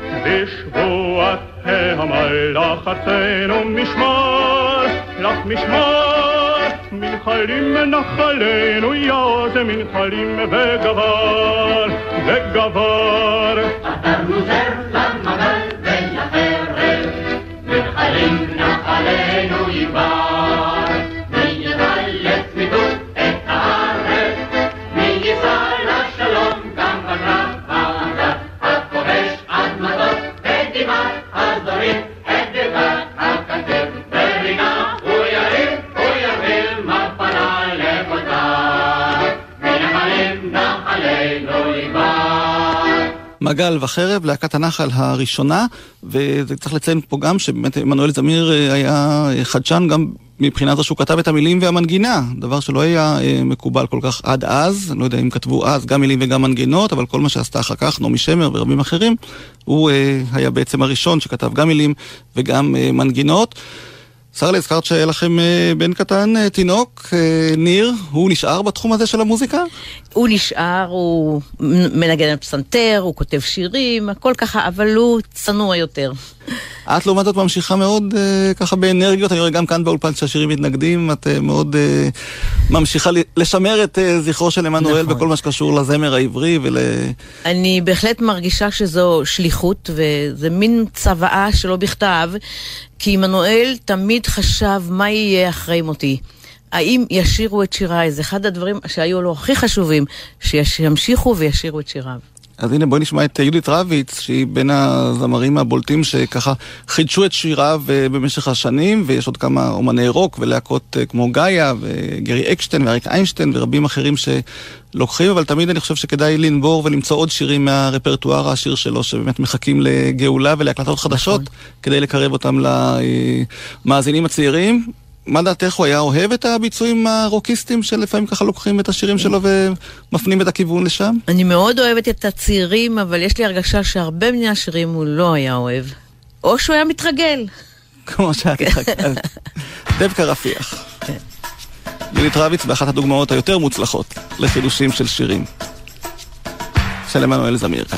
בשבועת המלאך ארצנו משמר, לך משמר, מנחלים נחלנו יעוז מנחלים וגבר, וגבר. אתה מוזר למגל ולחרב, מנחלים נחלנו יגבר, מי יחל לצמיתות את הארץ, מי יישא לשלום גם בקרב האחד, הכובש אדמתו בדמעת הזורית את ברכת הקציר, ברינה הוא ירים, הוא יחיל מפלה לחולתיו, ונחלים נחלנו יגבר. מגל וחרב, להקת הנחל הראשונה, וצריך לציין פה גם שבאמת מנואל זמיר היה חדשן גם מבחינת שהוא כתב את המילים והמנגינה, דבר שלא היה מקובל כל כך עד אז, אני לא יודע אם כתבו אז גם מילים וגם מנגינות, אבל כל מה שעשתה אחר כך, נעמי שמר ורבים אחרים, הוא היה בעצם הראשון שכתב גם מילים וגם מנגינות. שרלה, הזכרת שהיה לכם בן קטן, תינוק, ניר, הוא נשאר בתחום הזה של המוזיקה? הוא נשאר, הוא מנגן על פסנתר, הוא כותב שירים, הכל ככה, אבל הוא צנוע יותר. את לעומת זאת ממשיכה מאוד ככה באנרגיות, אני רואה גם כאן באולפן שהשירים מתנגדים, את מאוד ממשיכה לשמר את זכרו של עמנואל בכל מה שקשור לזמר העברי ול... אני בהחלט מרגישה שזו שליחות, וזה מין צוואה שלא בכתב, כי עמנואל תמיד חשב מה יהיה אחרי מותי. האם ישירו את שיריי? זה אחד הדברים שהיו לו הכי חשובים, שימשיכו וישירו את שיריו. אז הנה בואי נשמע את יהודית רביץ, שהיא בין הזמרים הבולטים שככה חידשו את שיריו במשך השנים, ויש עוד כמה אומני רוק ולהקות כמו גאיה וגרי אקשטיין ואריק איינשטיין ורבים אחרים שלוקחים, אבל תמיד אני חושב שכדאי לנבור ולמצוא עוד שירים מהרפרטואר העשיר שלו, שבאמת מחכים לגאולה ולהקלטות חדשות, כדי לקרב אותם למאזינים הצעירים. מה דעתך, הוא היה אוהב את הביצועים הרוקיסטים שלפעמים ככה לוקחים את השירים שלו ומפנים את הכיוון לשם? אני מאוד אוהבת את הצעירים, אבל יש לי הרגשה שהרבה מן השירים הוא לא היה אוהב. או שהוא היה מתרגל. כמו שאת מתרגלת. דבקה רפיח. לילית רביץ באחת הדוגמאות היותר מוצלחות לחידושים של שירים. של עמנואל זמיר כאן.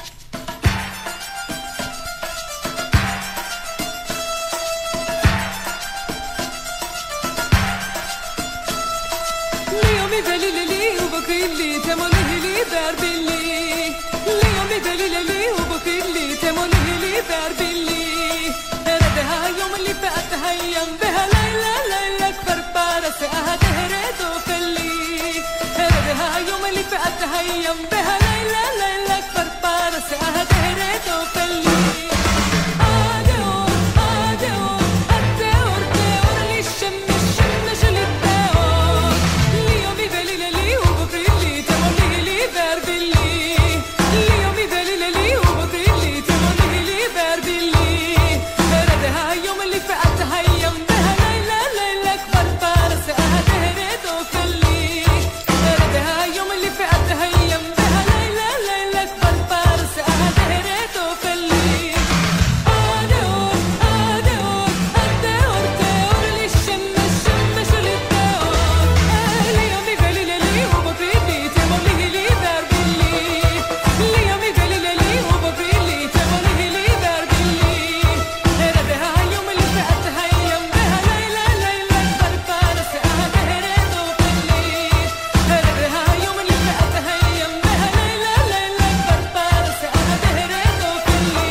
هيم بها ليلى ليلى كبر بارس أهدهرت وفلي آدور آدور الدور دور لي الشم الشم جل الدور ليومي بليلة لي وبكري لي تموني لي بربلي ليومي بليلة لي وبكري لي تموني لي بربلي ردها يوم اللي فقت هيم بها ليلى ليلى كبر بارس أهدهرت وفلي ردها يوم اللي فقت هيم بها ليلى ليلى كبر بارس أهدهرت وفلي آدور آدور الدور دور لي الشم الشم جل الدور ليومي بليلة لي وبكري لي تموني لي بربلي ليومي بليلة لي وبكري لي تموني لي بربلي ردها يوم اللي فقت هيم بها ليلى ليلى كبر بارس أهدهرت وفلي ردها يوم اللي فقت هيم بها ليلى ليلى كبر بارس أهدهرت وفلي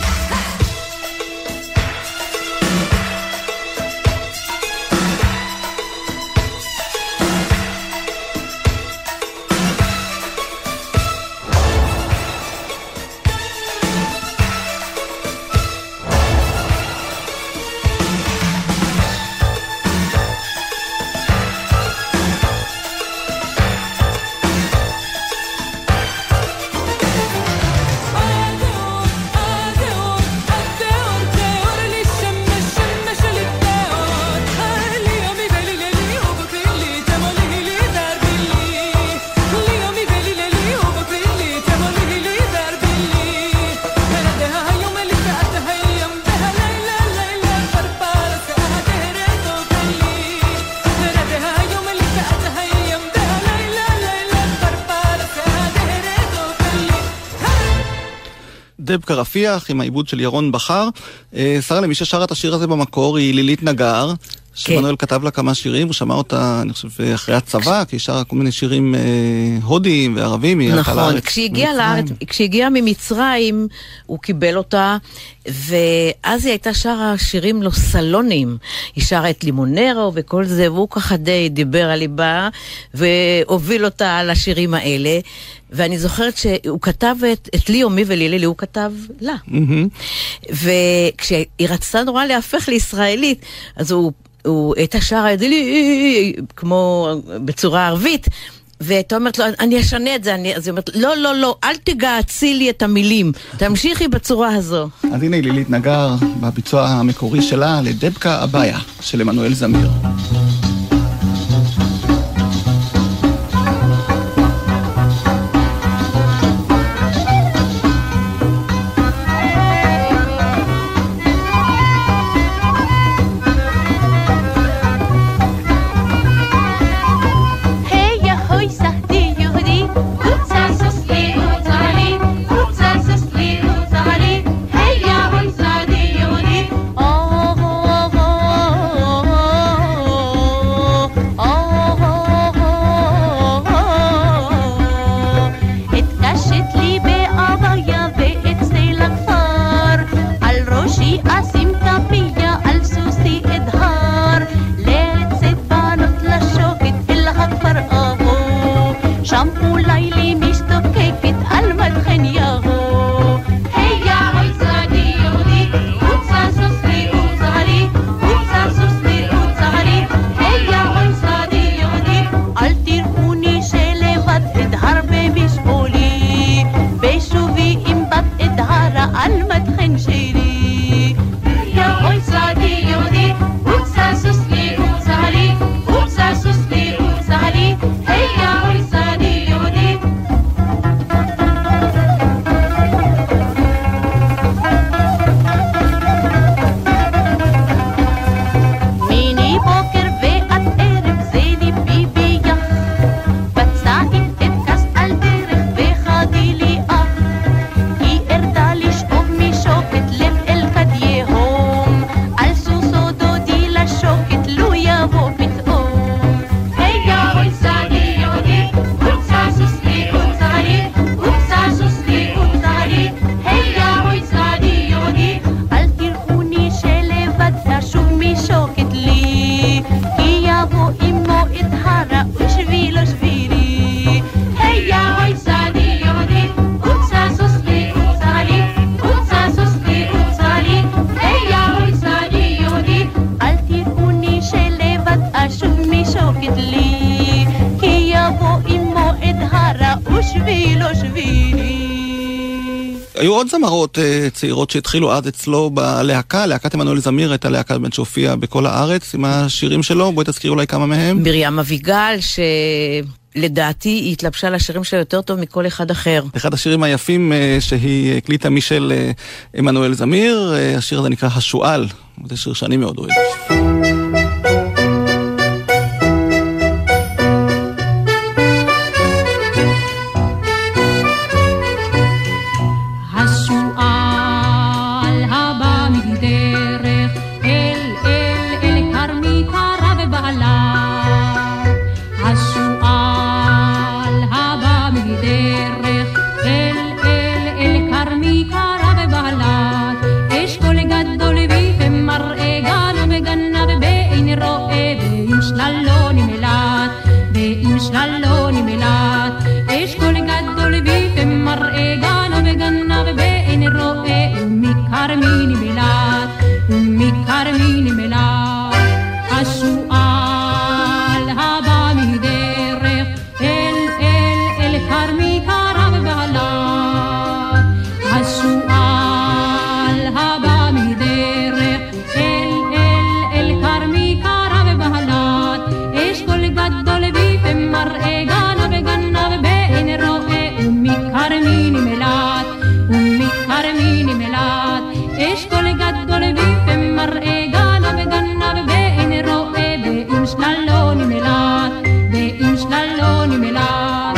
آدور آدور الدور دور لي الشم الشم جل الدور ليومي بليلة لي وبكري لي تموني لي بربلي ليومي بليلة لي وبكري لي تموني لي بربلي ردها يوم اللي فقت هيم بها ليلى ليلى كبر بارس أهدهرت وفلي ردها يوم اللي فقت هيم بها ليلى ليلى كبر بارس أهدهرت وفلي דבקה רפיח עם העיבוד של ירון בחר. אה, שרה, למי ששר את השיר הזה במקור היא לילית נגר, שמנואל כתב לה כמה שירים, הוא שמע אותה, אני חושב, אחרי הצבא, כי היא שרה כל מיני שירים אה, הודיים וערבים. היא עלתה נכון, לארץ כשהגיעה ממצרים. לארץ, כשהגיעה ממצרים, הוא קיבל אותה, ואז היא הייתה שרה שירים לא סלונים. היא שרה את לימונרו וכל זה, והוא ככה די דיבר על ליבה, והוביל אותה על השירים האלה, ואני זוכרת שהוא כתב את, את לי יומי ולילי, הוא כתב לה. מהמם. וכשהיא רצתה נורא להפך לישראלית, אז הוא, הוא הייתה שרה את זה לי, כמו בצורה ערבית, והייתה אומרת לו, אני אשנה את זה, אני, אז היא אומרת, לא, לא, לא, אל תגעצי לי את המילים, תמשיכי בצורה הזו. אז הנה לילית נגר בביצוע המקורי שלה לדבקה אביה של עמנואל זמיר. Hey ya hoy sahdi yehudi utsasus li utali utsasus li utali hey ya hoy sahdi yehudi oh oh oh oh כי יבוא עמו את הרע ושביל ושבילי. היה אוי סני יהודי, אוצה סוס לי, אוצה לי, אוצה סוס לי, אוצה לי. היה אוי סני יהודי, אל תראוני שלבד אשוב משוקת לי, כי יבוא עמו את הרע ושביל ושבילי. היו עוד זמרות צעירות שהתחילו אז אצלו בלהקה, להקת עמנואל זמיר, הייתה להקה באמת שהופיעה בכל הארץ עם השירים שלו, בואי תזכיר אולי כמה מהם. מרים אביגל, שלדעתי היא התלבשה לשירים שלה יותר טוב מכל אחד אחר. אחד השירים היפים שהיא הקליטה משל עמנואל זמיר, השיר הזה נקרא השועל, זה שיר שאני מאוד אוהב. Carmini Melat, mi Carmini Melat, השועל הבא מדרך, אל אל אל כרמי קרב ועלת. השועל הבא מדרך, אל אל אל כרמי קרב ועלת. אשכול גדול ויפה מראה גנב גנב בעין רואה, ומכרמיני מלאת, ומכרמיני מלאת. אשכול גדול ויפה מראה גנב גנב בעין רואה, ואם שללוני מלאת, ואם שללוני מלאת.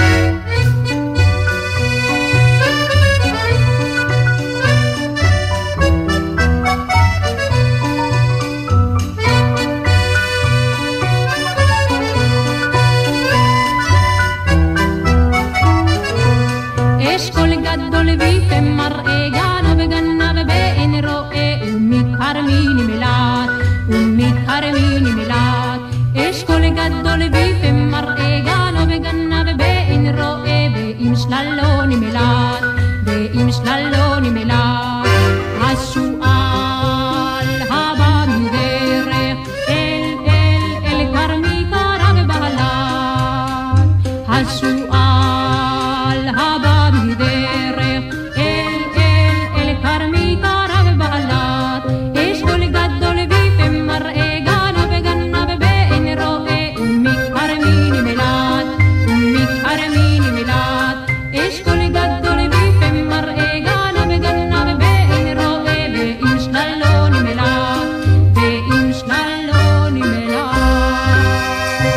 אשכול גדול ויפה מראה גנב גנב בעין רואה, ומכרמיני מלאת, ומכרמיני מלאת. אשכול גדול ויפה מראה גנב גנב בעין רואה, ואם שללוני מלאת, ואם שללוני מלאת. השועל הבא מדרך, אל אל אל כרמי קרב בעלת. השועל הבא מדרך, אל אל אל כרמי קרב בעלת. אשכול גדול ויפה מראה גנב גנב בעין רואה, ומכרמיני מלאת, ומכרמיני מלאת. אשכול גדול ויפה מראה גנב גנב בעין רואה, ואם שללוני מלאת, ואם שללוני מלאת.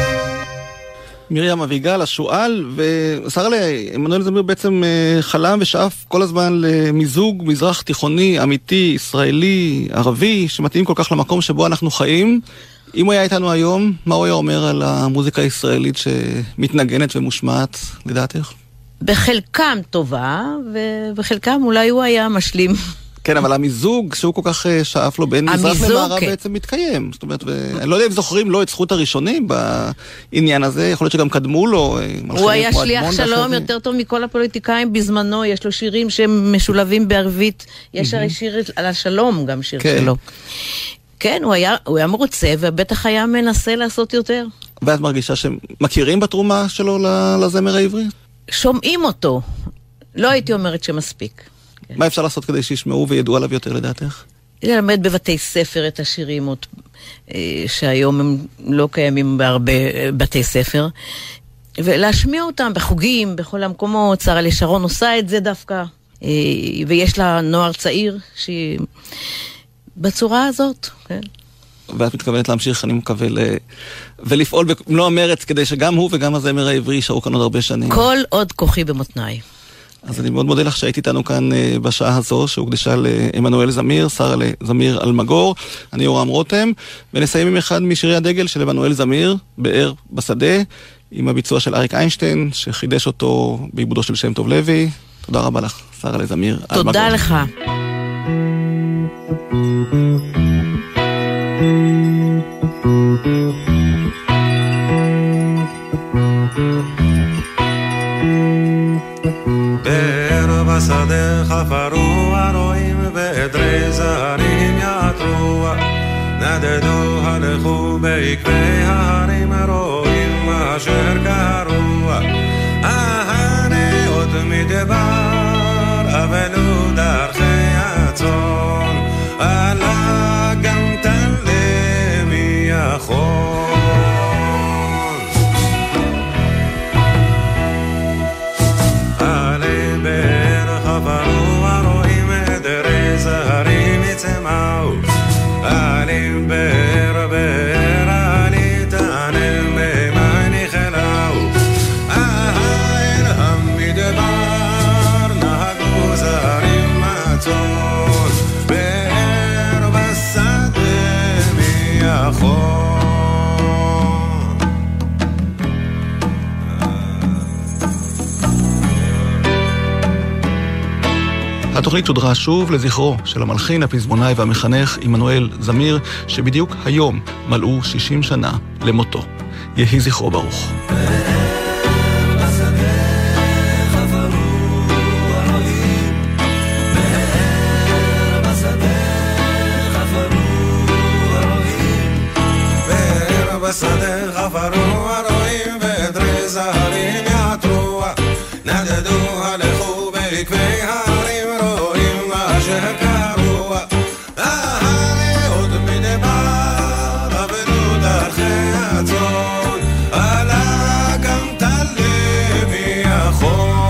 מרים אביגל, השועל, ושרה עמנואל זמיר בעצם חלם ושאף כל הזמן למיזוג מזרח תיכוני, אמיתי, ישראלי, ערבי, שמתאים כל כך למקום שבו אנחנו חיים. אם הוא היה איתנו היום, מה הוא היה אומר על המוזיקה הישראלית שמתנגנת ומושמעת, לדעתך? בחלקם טובה, ובחלקם אולי הוא היה משלים. כן, אבל המיזוג שהוא כל כך שאף לו בין מזרח למערב בעצם מתקיים. זאת אומרת, אני לא יודע אם זוכרים לו את זכות הראשונים בעניין הזה, יכול להיות שגם קדמו לו. הוא היה שליח שלום יותר טוב מכל הפוליטיקאים בזמנו, יש לו שירים שהם משולבים בערבית, יש הרי שיר על השלום גם שיר שלו. כן, הוא היה, הוא היה מרוצה ובטח היה מנסה לעשות יותר. ואת מרגישה שמכירים בתרומה שלו לזמר העברי? שומעים אותו, לא הייתי אומרת שמספיק. מה אפשר לעשות כדי שישמעו וידעו עליו יותר לדעתך? ללמד בבתי ספר את השירים שהיום הם לא קיימים בהרבה בתי ספר, ולהשמיע אותם בחוגים, בכל המקומות. שרה לשרון עושה את זה דווקא, ויש לה נוער צעיר שהיא בצורה הזאת, כן. ואת מתכוונת להמשיך, אני מקווה, ולפעול במלוא המרץ כדי שגם הוא וגם הזמר העברי יישארו כאן עוד הרבה שנים. כל עוד כוחי במותניי. אז אני מאוד מודה לך שהיית איתנו כאן בשעה הזו, שהוקדשה לעמנואל זמיר, שרה לזמיר אלמגור. אני יורם רותם, ונסיים עם אחד משירי הדגל של עמנואל זמיר, באר בשדה, עם הביצוע של אריק איינשטיין, שחידש אותו בעיבודו של שם טוב לוי. תודה רבה לך, שרה לזמיר אלמגור. תודה לך. Thank you. באר בשדה חפרו הרועים ועדרי זהרים יעטרו נדדו הלכו בעקבי ההרים רועים אשר קרו ההנאות מדבר אבלו דרכי הצאן עלה גם תלה מיחון עלי באר חברו הרועים עדרי זהרים יצמאו עלי באר באר עלי תענה מימה נחלאו אהל המדבר נהגו זהרים מצון באר בשדה מיחון התוכנית שודרה שוב לזכרו של המלחין, הפזמונאי והמחנך עמנואל זמיר, שבדיוק היום מלאו שישים שנה למותו. יהי זכרו ברוך. בשדה חפרו הרועים ועדרי זהרים יעטרו נדדו הלכו בעקבי ההרים רועים אשר קרו ההנאות מדבר אבלו דרכי הצאן עלה גם תלה מיחון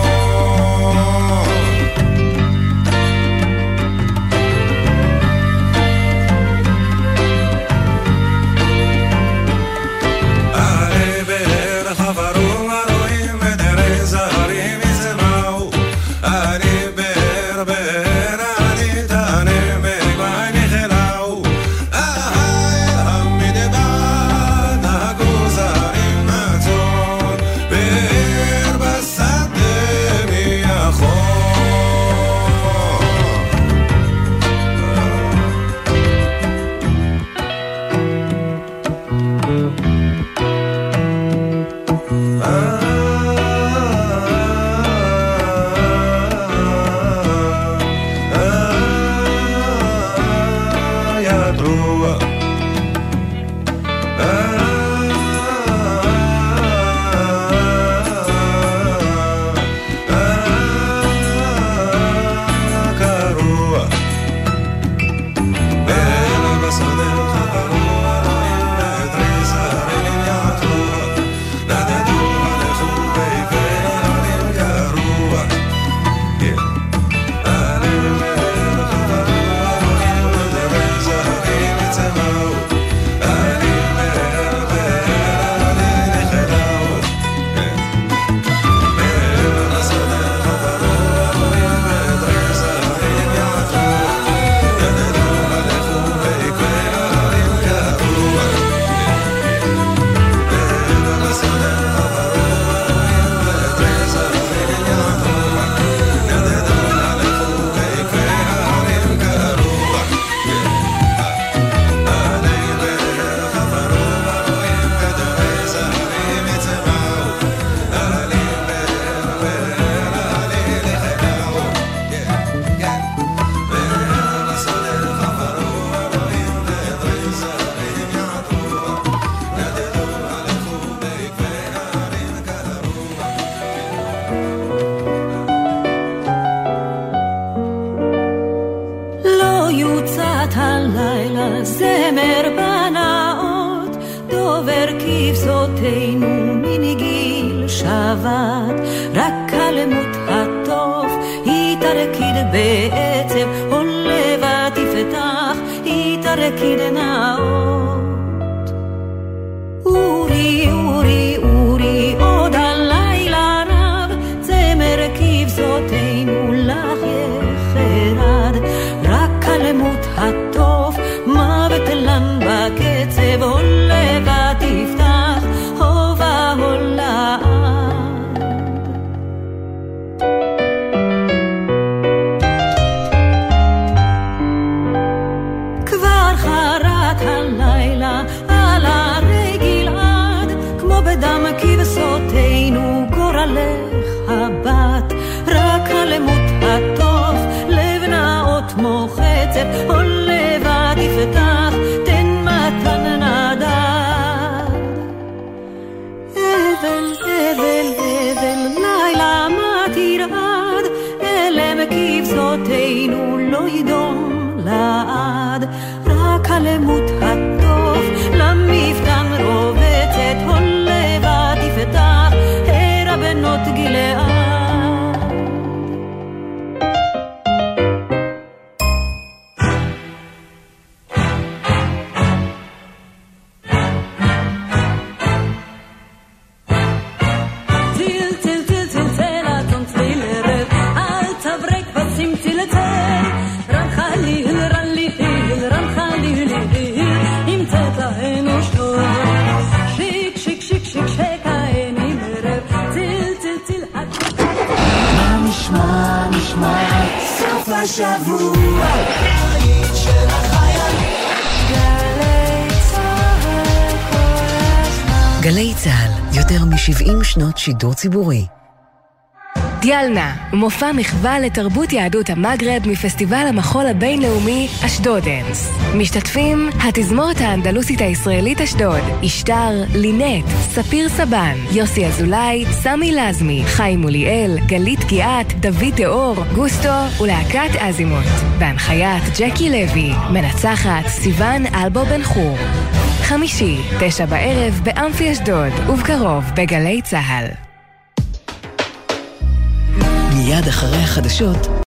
עלי באר חברו הרועים עדרי זהרים יצמאו עלי באר באר עלי תענה מימה נחלאו אהל המדבר נהגו זהרים מצון באר בשדה מיחון יעטרו קרו באר בשדה חפרו הרועים ועדרי זהרים יעטרו נדדו הלכו בעקבי ההרים קרו עלי באר חברו הרועים ועדרי זהרים יצמאו עלי באר באר עלי נחלאו באר בשדה חפרו הרועים ועדרי זהרים יעטרו נדדו הלכו בעקבי ההרים קרו באר בשדה חפרו הרועים ועדרי זהרים יעטרו נדדו הלכו בעקבי ההרים קרו עלי באר חברו הרועים ועדרי זהרים יצמאו עלי באר באר עלי נחלאו באר בשדה חפרו הרועים ועדרי זהרים יעטרו נדדו הלכו בעקבי ההרים קרו לא יוצאת הלילה זמר בנאות דובר כבשותינו מנגיל שבת רק כלמות הטוב יתרקיד בעצב עולה ותפתח יתרקיד נאות אורי אורי אורי עוד הלילה רב זמר כבשותינו לך יחרד רק כלמות הטוב מוות לן בקצב עולה ותפתח הובה הולד כבר חרת הלילה על הר אבל, אבל, אבל, לילה מה תרעד, אלה מכבשותינו לא ידום לעד, רק הלמות הטוב למפתן רובצת, הולבד יפתח, הרה בנות גלעד. השבוע היית של החיילים גלי צהל כל הזמן. גלי צהל, יותר מ-שבעים שנות שידור ציבורי. דיאלנה, מופע מחווה לתרבות יהדות המגרב מפסטיבל המחול הבינלאומי אשדודנס. משתתפים התזמורת האנדלוסית הישראלית אשדוד, אשתר, לינט, ספיר סבן, יוסי אזולאי, סמי לזמי, חיים מוליאל, גלית גיאת, דוד תיאור, גוסטו ולהקת אזימות. בהנחיית ג'קי לוי, מנצחת סיוון אלבו בן חור. חמישי, תשע בערב באמפי אשדוד, ובקרוב בגלי צהל. מיד אחרי החדשות